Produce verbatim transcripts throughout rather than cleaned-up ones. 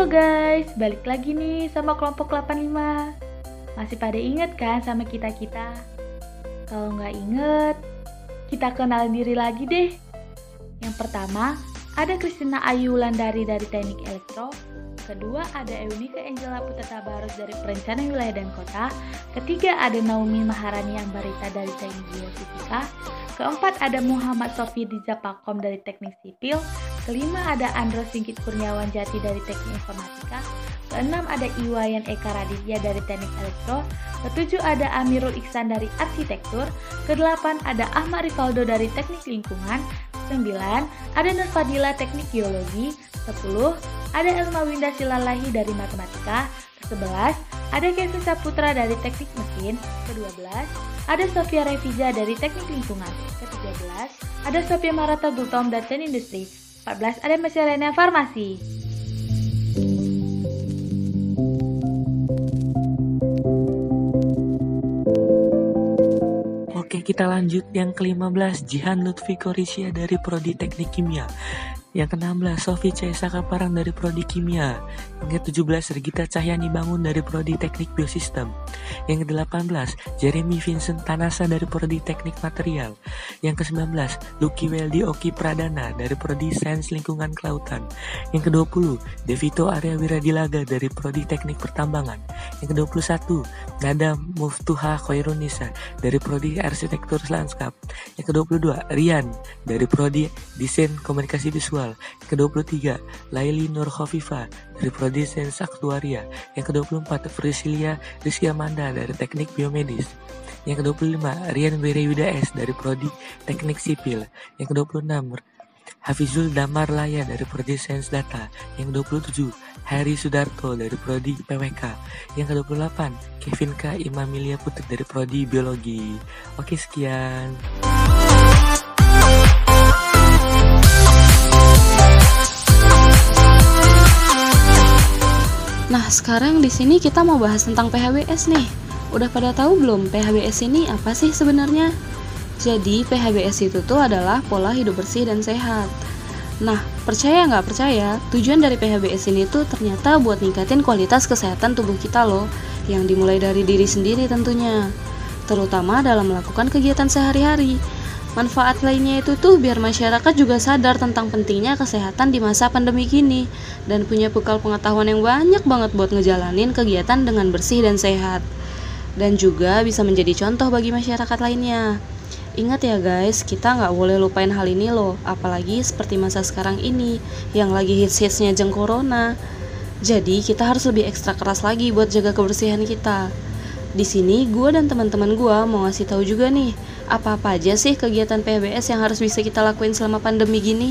Halo guys, balik lagi nih sama kelompok delapan puluh lima. Masih pada inget kan sama kita-kita? Kalau nggak inget, kita kenalin diri lagi deh. Yang pertama, ada Christina Ayu Wulandari dari Teknik Elektro. Kedua, ada Eunika Angela Putra Tabarus dari Perencanaan Wilayah dan Kota. Ketiga, ada Naomi Maharani Ambarita dari Teknik Geofisika. Keempat, ada Muhammad Sofi Dijapakom dari Teknik Sipil. Kelima, ada Andro Singkit Kurniawan Jati dari Teknik Informatika. Keenam, ada Iwayan Eka Raditya dari Teknik Elektro. Ketujuh, ada Amirul Iksan dari Arsitektur. Kedelapan, ada Ahmad Rivaldo dari Teknik Lingkungan. Sembilan, ada Nur Fadila Teknik Geologi. Sepuluh, ada Elma Winda Silalahi dari Matematika. Kesebelas, ada Kevin Saputra dari Teknik Mesin. Kedua belas, ada Sofia Revija dari Teknik Lingkungan. Ketiga belas, ada Sofia Marata Gultom dari Teknik Industri. Empat belas, ada Meselena Farmasi. Oke, kita lanjut yang kelima belas, Jihan Lutfi Korisya dari Prodi Teknik Kimia. Yang keenam belas, Sofi Caesa Kaparang dari Prodi Kimia. Yang ketujuh belas, Regita Cahyani Bangun dari Prodi Teknik Biosistem. Yang kedelapan belas, Jeremy Vincent Tanasa dari Prodi Teknik Material. Yang kesembilan belas, Lucky Weldy Oki Pradana dari Prodi Sains Lingkungan Kelautan. Yang kedua puluh, Devito Arya Wiradilaga dari Prodi Teknik Pertambangan. Yang kedua puluh satu, Nada Muftuha Khairunisa dari Prodi Arsitektur Lanskap. Yang kedua puluh dua, Rian dari Prodi Desain Komunikasi Visual. Yang kedua puluh tiga, Laili Nur Khofifa dari Prodi Sains Aktuaria. Yang kedua puluh empat, Priscilia Rizky Amanda dari Teknik Biomedis. Yang kedua puluh lima, Rian Wirewida S dari Prodi Teknik Sipil. Yang kedua puluh enam, Hafizul Damar Laya dari Prodi Sains Data. Yang kedua puluh tujuh, Heri Sudarto dari Prodi P W K. Yang kedua puluh delapan, Kevin K. Imamilia Putri dari Prodi Biologi. Oke, sekian. Nah, sekarang di sini kita mau bahas tentang P H B S nih. Udah pada tahu belum P H B S ini apa sih sebenarnya? Jadi, P H B S itu tuh adalah pola hidup bersih dan sehat. Nah, percaya nggak percaya, tujuan dari P H B S ini tuh ternyata buat ningkatin kualitas kesehatan tubuh kita loh, yang dimulai dari diri sendiri tentunya, terutama dalam melakukan kegiatan sehari-hari. Manfaat lainnya itu tuh biar masyarakat juga sadar tentang pentingnya kesehatan di masa pandemi gini dan punya bekal pengetahuan yang banyak banget buat ngejalanin kegiatan dengan bersih dan sehat. Dan juga bisa menjadi contoh bagi masyarakat lainnya. Ingat ya guys, kita nggak boleh lupain hal ini loh, apalagi seperti masa sekarang ini yang lagi hits-hitsnya jeng corona. Jadi kita harus lebih ekstra keras lagi buat jaga kebersihan kita. Di sini gue dan teman-teman gue mau ngasih tahu juga nih, apa-apa aja sih kegiatan P H B S yang harus bisa kita lakuin selama pandemi gini.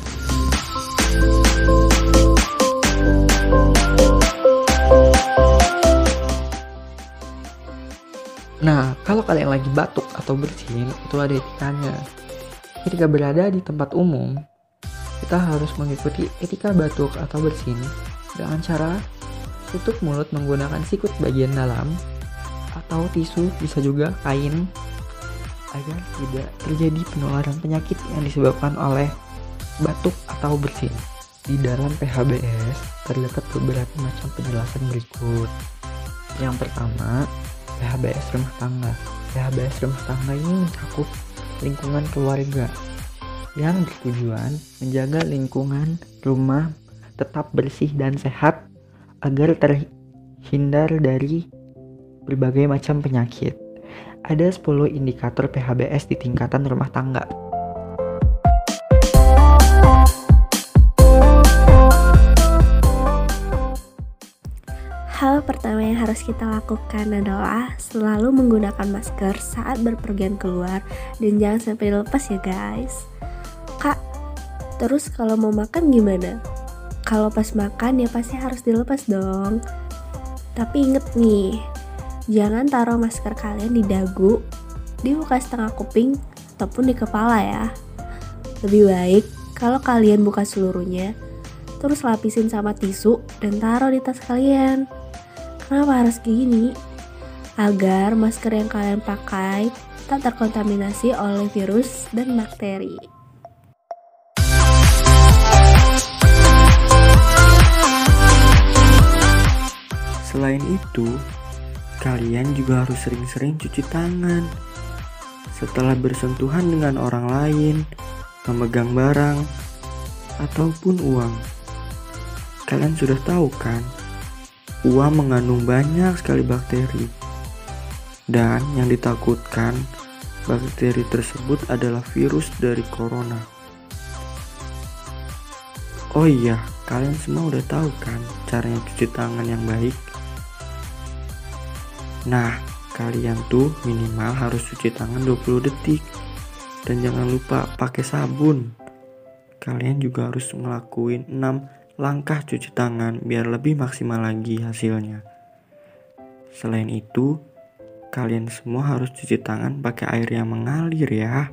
Nah, kalau kalian lagi batuk atau bersin, itu ada etikanya. Ketika berada di tempat umum, kita harus mengikuti etika batuk atau bersin dengan cara tutup mulut menggunakan sikut bagian dalam atau tisu, bisa juga kain, agar tidak terjadi penularan penyakit yang disebabkan oleh batuk atau bersin. Di dalam P H B S terdapat beberapa macam penjelasan berikut. Yang pertama, P H B S rumah tangga. P H B S rumah tangga ini mencakup lingkungan keluarga yang bertujuan menjaga lingkungan rumah tetap bersih dan sehat agar terhindar dari berbagai macam penyakit. Ada sepuluh indikator P H B S di tingkatan rumah tangga. Hal pertama yang harus kita lakukan adalah selalu menggunakan masker saat berpergian keluar dan jangan sampai dilepas ya guys. Kak, terus kalau mau makan gimana? Kalau pas makan ya pasti harus dilepas dong. Tapi inget nih, jangan taruh masker kalian di dagu, di muka setengah kuping, ataupun di kepala ya. Lebih baik kalau kalian buka seluruhnya, terus lapisin sama tisu dan taruh di tas kalian. Kenapa harus gini? Agar masker yang kalian pakai tak terkontaminasi oleh virus dan bakteri. Selain itu, kalian juga harus sering-sering cuci tangan setelah bersentuhan dengan orang lain, memegang barang, ataupun uang. Kalian sudah tahu kan, uang mengandung banyak sekali bakteri. Dan yang ditakutkan, bakteri tersebut adalah virus dari corona. Oh iya, kalian semua udah tahu kan caranya cuci tangan yang baik? Nah, kalian tuh minimal harus cuci tangan dua puluh detik. Dan jangan lupa pakai sabun. Kalian juga harus ngelakuin enam langkah cuci tangan biar lebih maksimal lagi hasilnya. Selain itu, kalian semua harus cuci tangan pakai air yang mengalir ya.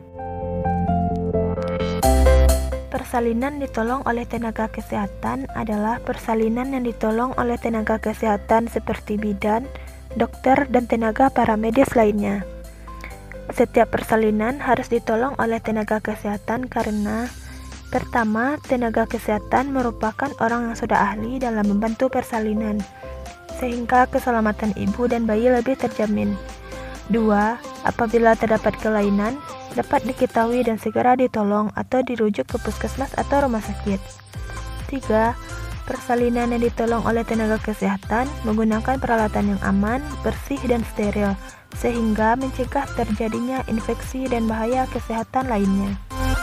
Persalinan ditolong oleh tenaga kesehatan adalah persalinan yang ditolong oleh tenaga kesehatan seperti bidan, dokter, dan tenaga paramedis lainnya. Setiap persalinan harus ditolong oleh tenaga kesehatan karena pertama, tenaga kesehatan merupakan orang yang sudah ahli dalam membantu persalinan, sehingga keselamatan ibu dan bayi lebih terjamin. Dua, apabila terdapat kelainan, dapat diketahui dan segera ditolong atau dirujuk ke puskesmas atau rumah sakit. Tiga, persalinan yang ditolong oleh tenaga kesehatan menggunakan peralatan yang aman, bersih, dan steril, sehingga mencegah terjadinya infeksi dan bahaya kesehatan lainnya.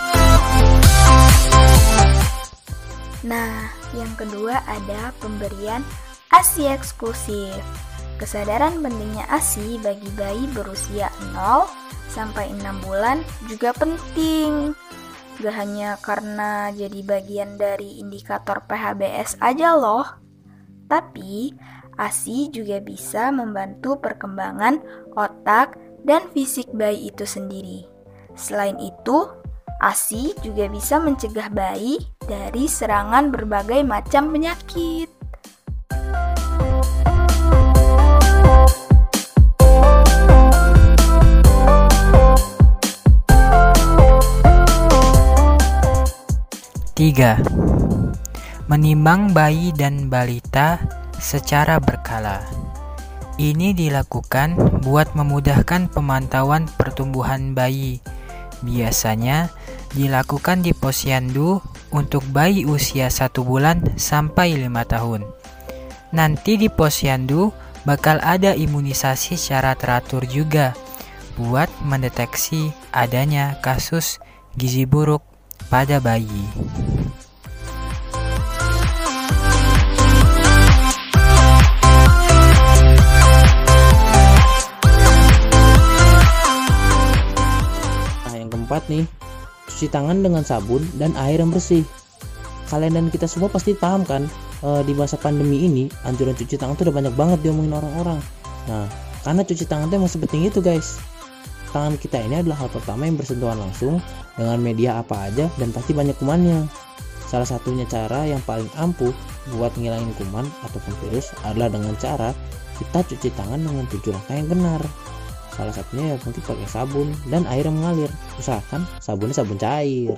Nah, yang kedua ada pemberian A S I eksklusif. Kesadaran pentingnya A S I bagi bayi berusia nol sampai enam bulan juga penting. Gak hanya karena jadi bagian dari indikator P H B S aja loh, tapi A S I juga bisa membantu perkembangan otak dan fisik bayi itu sendiri. Selain itu, A S I juga bisa mencegah bayi dari serangan berbagai macam penyakit. Tiga. Menimbang bayi dan balita secara berkala. Ini dilakukan buat memudahkan pemantauan pertumbuhan bayi. Biasanya dilakukan di posyandu untuk bayi usia satu bulan sampai lima tahun. Nanti di posyandu bakal ada imunisasi secara teratur juga buat mendeteksi adanya kasus gizi buruk pada bayi. Keempat nih, cuci tangan dengan sabun dan air yang bersih. Kalian dan kita semua pasti paham kan, e, di masa pandemi ini anjuran cuci tangan tuh udah banyak banget diomongin orang-orang. Nah, karena cuci tangan tuh emang sepenting itu guys. Tangan kita ini adalah hal pertama yang bersentuhan langsung dengan media apa aja dan pasti banyak kumannya. Salah satunya cara yang paling ampuh buat ngilangin kuman ataupun virus adalah dengan cara kita cuci tangan dengan tujuh langkah yang benar. Salah satunya yang penting pakai sabun dan air yang mengalir. Usahakan sabunnya sabun cair.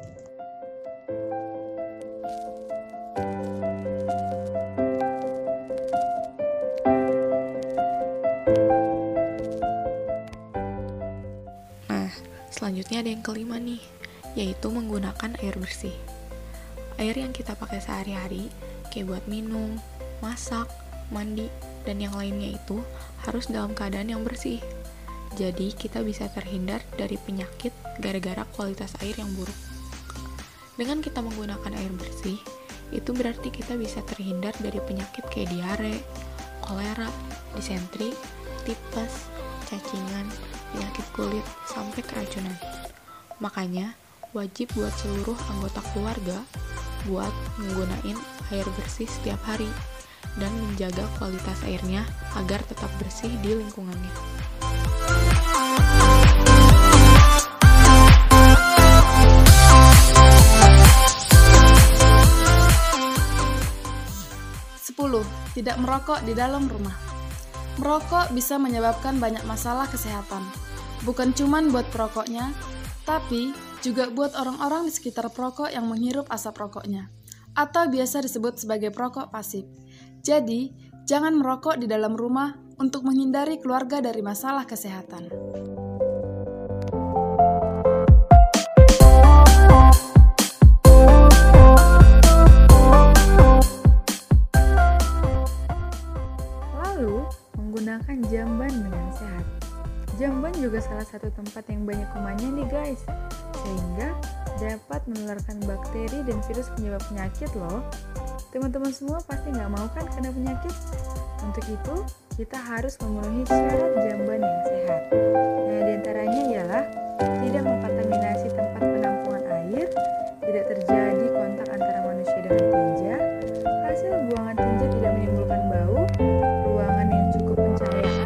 Nah, selanjutnya ada yang kelima nih, yaitu menggunakan air bersih. Air yang kita pakai sehari-hari, kayak buat minum, masak, mandi, dan yang lainnya itu harus dalam keadaan yang bersih. Jadi kita bisa terhindar dari penyakit gara-gara kualitas air yang buruk. Dengan kita menggunakan air bersih, itu berarti kita bisa terhindar dari penyakit kayak diare, kolera, disentri, tipes, cacingan, penyakit kulit, sampai keracunan. Makanya, wajib buat seluruh anggota keluarga buat menggunakan air bersih setiap hari dan menjaga kualitas airnya agar tetap bersih di lingkungannya. sepuluh. Tidak merokok di dalam rumah. Merokok bisa menyebabkan banyak masalah kesehatan. Bukan cuman buat perokoknya, tapi juga buat orang-orang di sekitar perokok yang menghirup asap rokoknya, atau biasa disebut sebagai perokok pasif. Jadi, jangan merokok di dalam rumah untuk menghindari keluarga dari masalah kesehatan. Lalu, menggunakan jamban dengan sehat. Jamban juga salah satu tempat yang banyak kumannya nih guys, sehingga dapat menularkan bakteri dan virus penyebab penyakit loh. Teman-teman semua pasti nggak mau kan kena penyakit? Untuk itu, kita harus memenuhi syarat jamban yang sehat. Nah, diantaranya ialah tidak mengkontaminasi tempat penampungan air, tidak terjadi kontak antara manusia dengan tinja, hasil buangan tinja tidak menimbulkan bau, ruangan yang cukup pencahayaan,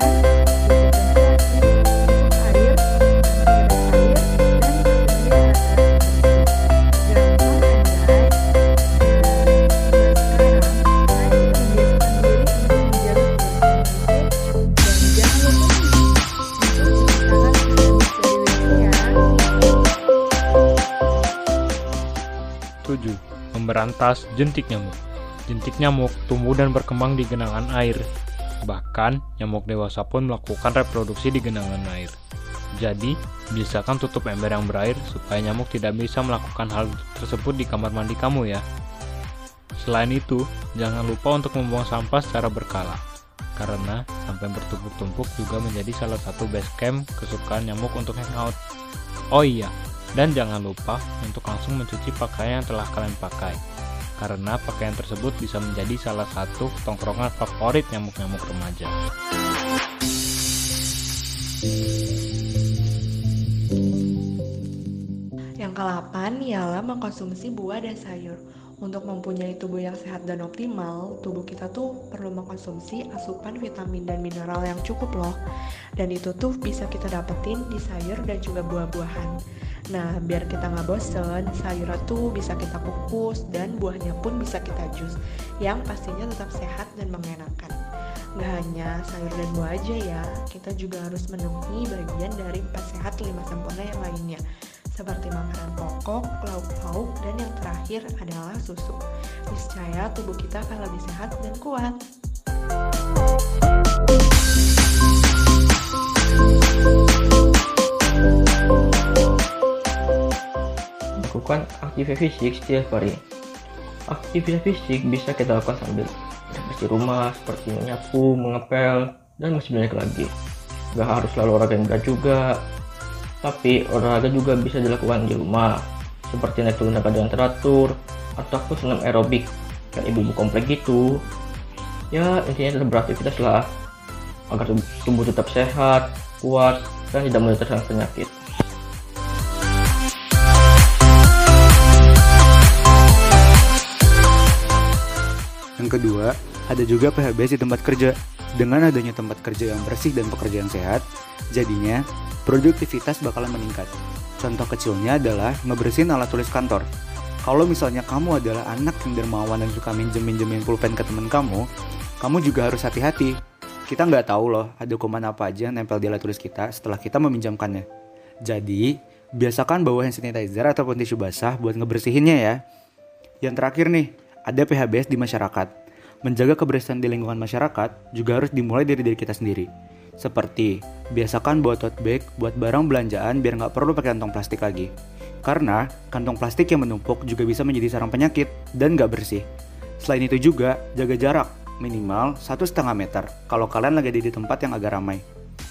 tujuh. Memberantas jentik nyamuk. Jentik nyamuk tumbuh dan berkembang di genangan air. Bahkan, nyamuk dewasa pun melakukan reproduksi di genangan air. Jadi, biasakan tutup ember yang berair supaya nyamuk tidak bisa melakukan hal tersebut di kamar mandi kamu ya. Selain itu, jangan lupa untuk membuang sampah secara berkala. Karena sampah yang bertumpuk-tumpuk juga menjadi salah satu base camp kesukaan nyamuk untuk hangout. Oh iya, dan jangan lupa untuk langsung mencuci pakaian yang telah kalian pakai, karena pakaian tersebut bisa menjadi salah satu tongkrongan favorit nyamuk-nyamuk remaja. Yang kedelapan ialah mengkonsumsi buah dan sayur. Untuk mempunyai tubuh yang sehat dan optimal, tubuh kita tuh perlu mengkonsumsi asupan vitamin dan mineral yang cukup loh. Dan itu tuh bisa kita dapetin di sayur dan juga buah-buahan. Nah, biar kita nggak bosen, sayurnya tuh bisa kita kukus dan buahnya pun bisa kita jus, yang pastinya tetap sehat dan mengenakan. Nggak hanya sayur dan buah aja ya, kita juga harus memenuhi bagian dari empat sehat lima sempurna yang lainnya, seperti makanan pokok, lauk-lauk, dan yang terakhir adalah susu. Niscaya tubuh kita akan lebih sehat dan kuat. Lakukan aktivitas fisik setiap hari. Aktivitas fisik bisa kita lakukan sambil bersih rumah, seperti menyapu, mengepel, dan masih banyak lagi. Gak harus selalu olahraga yang berat juga, tapi olahraga juga bisa dilakukan di rumah, seperti naik turun tangga dengan teratur, ataupun senam aerobik, kayak ibu-ibu komplek gitu. Ya, intinya tetap beraktivitas lah, agar tubuh tetap sehat, kuat, dan tidak mudah terserang penyakit. Yang kedua, ada juga P H B S di tempat kerja. Dengan adanya tempat kerja yang bersih dan pekerja yang sehat, jadinya produktivitas bakalan meningkat. Contoh kecilnya adalah ngebersihin alat tulis kantor. Kalau misalnya kamu adalah anak yang dermawan dan suka minjem-minjemin pulpen ke teman kamu, kamu juga harus hati-hati. Kita nggak tahu loh ada kuman apa aja yang nempel di alat tulis kita setelah kita meminjamkannya. Jadi, biasakan bawa hand sanitizer ataupun tisu basah buat ngebersihinnya ya. Yang terakhir nih, ada P H B S di masyarakat. Menjaga kebersihan di lingkungan masyarakat juga harus dimulai dari diri kita sendiri. Seperti, biasakan bawa tote bag buat barang belanjaan biar nggak perlu pakai kantong plastik lagi. Karena, kantong plastik yang menumpuk juga bisa menjadi sarang penyakit dan nggak bersih. Selain itu juga, jaga jarak, minimal satu setengah meter kalau kalian lagi ada di tempat yang agak ramai.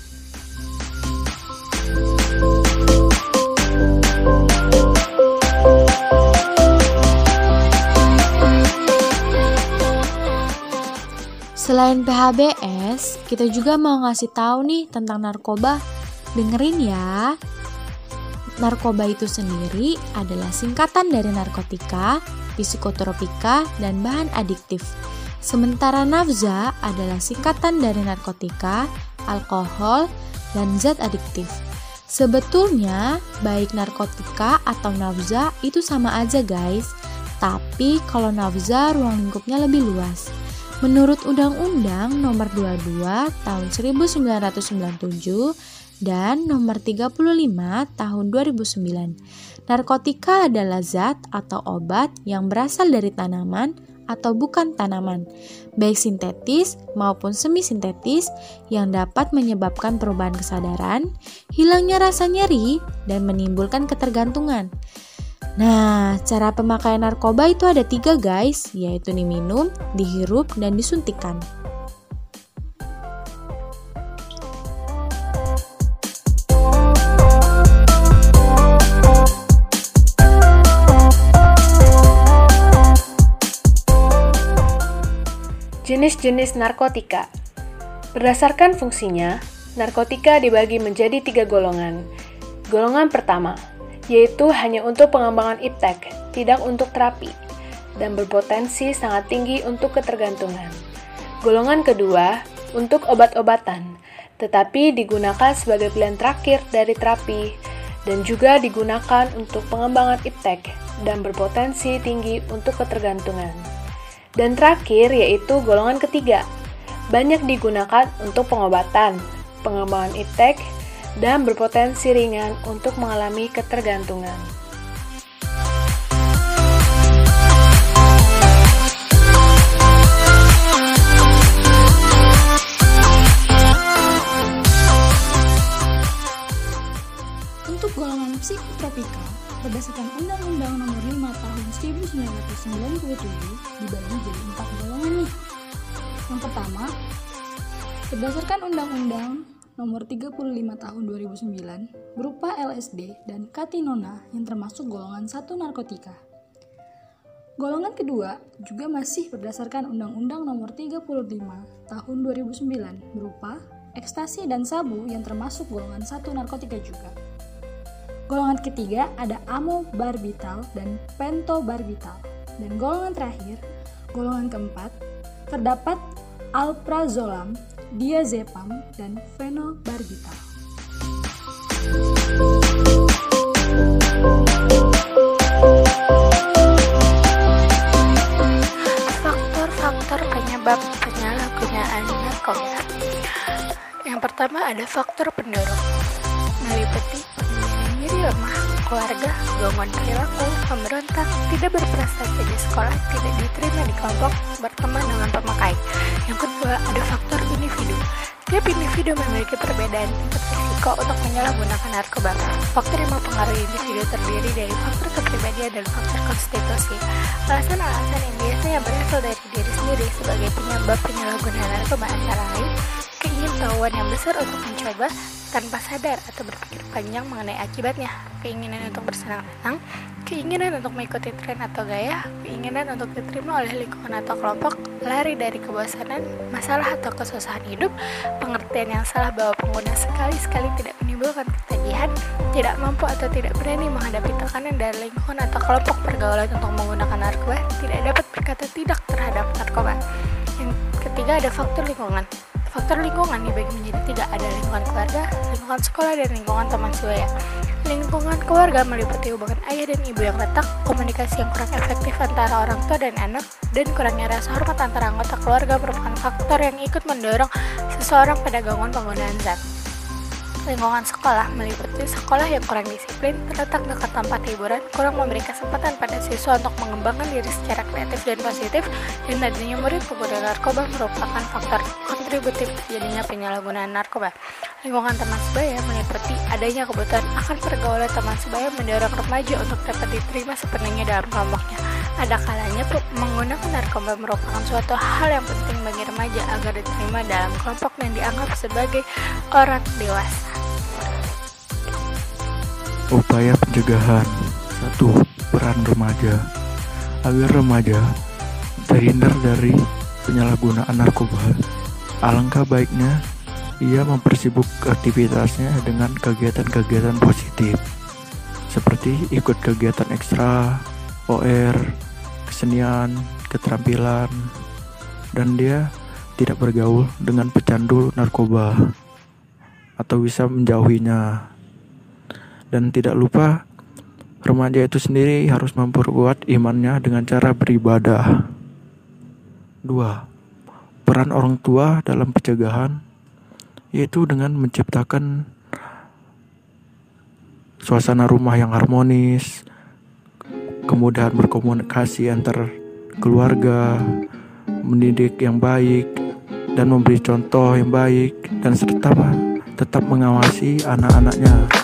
Selain P H B S, kita juga mau ngasih tahu nih tentang narkoba. Dengerin ya. Narkoba itu sendiri adalah singkatan dari narkotika, psikotropika, dan bahan adiktif. Sementara nafza adalah singkatan dari narkotika, alkohol, dan zat adiktif. Sebetulnya, baik narkotika atau nafza itu sama aja guys. Tapi kalau nafza ruang lingkupnya lebih luas. Menurut Undang-Undang Nomor dua puluh dua Tahun seribu sembilan ratus sembilan puluh tujuh dan Nomor tiga puluh lima Tahun dua ribu sembilan, narkotika adalah zat atau obat yang berasal dari tanaman atau bukan tanaman, baik sintetis maupun semi-sintetis yang dapat menyebabkan perubahan kesadaran, hilangnya rasa nyeri, dan menimbulkan ketergantungan. Nah, cara pemakaian narkoba itu ada tiga guys, yaitu diminum, dihirup, dan disuntikkan. Jenis-jenis narkotika. Berdasarkan fungsinya, narkotika dibagi menjadi tiga golongan. Golongan pertama, yaitu hanya untuk pengembangan iptek, tidak untuk terapi, dan berpotensi sangat tinggi untuk ketergantungan. Golongan kedua, untuk obat-obatan, tetapi digunakan sebagai pilihan terakhir dari terapi, dan juga digunakan untuk pengembangan iptek, dan berpotensi tinggi untuk ketergantungan. Dan terakhir yaitu golongan ketiga, banyak digunakan untuk pengobatan, pengembangan iptek, dan berpotensi ringan untuk mengalami ketergantungan. Untuk golongan psikotropika, berdasarkan Undang-Undang Nomor lima Tahun seribu sembilan ratus sembilan puluh tujuh dibagi jadi empat golongan nih. Yang pertama, berdasarkan Undang-Undang Nomor tiga puluh lima Tahun dua ribu sembilan berupa L S D dan katinona yang termasuk golongan satu narkotika. Golongan kedua juga masih berdasarkan Undang-Undang Nomor tiga puluh lima Tahun dua ribu sembilan berupa ekstasi dan sabu yang termasuk golongan satu narkotika juga. Golongan ketiga ada amobarbital dan pentobarbital. Dan golongan terakhir, golongan keempat, terdapat alprazolam, diazepam, dan fenobarbital. Faktor-faktor penyebab penyalahgunaan narkoba. Yang pertama ada faktor pendorong, meliputi diri lemah, keluarga, gangguan perilaku, pemberontak, tidak berprestasi di sekolah, tidak diterima di kelompok, berteman dengan pemakai. Yang kedua, ada faktor individu. Tiap individu memiliki perbedaan tingkat risiko untuk menyalahgunakan narkoba. Faktor yang mempengaruhi individu terdiri dari faktor kepribadian dan faktor konstitusi. Alasan-alasan yang biasanya berasal dari diri sendiri sebagai penyebab penyalahgunaan narkoba antara lain keingintahuan yang besar untuk mencoba tanpa sadar atau berpikir panjang mengenai akibatnya, keinginan untuk bersenang-senang, keinginan untuk mengikuti tren atau gaya, keinginan untuk diterima oleh lingkungan atau kelompok, lari dari kebosanan, masalah atau kesusahan hidup, pengertian yang salah bahwa pengguna sekali-sekali tidak menimbulkan ketagihan, tidak mampu atau tidak berani menghadapi tekanan dari lingkungan atau kelompok pergaulan untuk menggunakan narkoba, tidak dapat berkata tidak terhadap narkoba. Yang ketiga ada faktor lingkungan. Faktor lingkungan dibagi menjadi tiga, ada lingkungan keluarga, lingkungan sekolah, dan lingkungan teman sebaya. Lingkungan keluarga meliputi hubungan ayah dan ibu yang retak, komunikasi yang kurang efektif antara orang tua dan anak, dan kurangnya rasa hormat antara anggota keluarga merupakan faktor yang ikut mendorong seseorang pada gangguan penggunaan zat. Lingkungan sekolah meliputi sekolah yang kurang disiplin, terletak dekat tempat hiburan, kurang memberi kesempatan pada siswa untuk mengembangkan diri secara kreatif dan positif, dan adanya murid pengguna narkoba merupakan faktor kontributif terjadinya penyalahgunaan narkoba. Lingkungan teman sebaya meliputi adanya kebutuhan akan pergaulan teman sebaya mendorong remaja untuk dapat diterima sepenuhnya dalam kelompoknya. Ada kalanya menggunakan narkoba merupakan suatu hal yang penting bagi remaja agar diterima dalam kelompok dan dianggap sebagai orang dewasa. Upaya pencegahan. Satu. Peran remaja. Agar remaja terhindar dari penyalahgunaan narkoba, alangkah baiknya ia mempersibuk aktivitasnya dengan kegiatan-kegiatan positif, seperti ikut kegiatan ekstra, O R, kesenian, keterampilan, dan dia tidak bergaul dengan pecandu narkoba atau bisa menjauhinya. Dan tidak lupa, remaja itu sendiri harus memperkuat imannya dengan cara beribadah. Dua. Peran orang tua dalam pencegahan, yaitu dengan menciptakan suasana rumah yang harmonis, kemudahan berkomunikasi antar keluarga, mendidik yang baik, dan memberi contoh yang baik, dan serta tetap mengawasi anak-anaknya.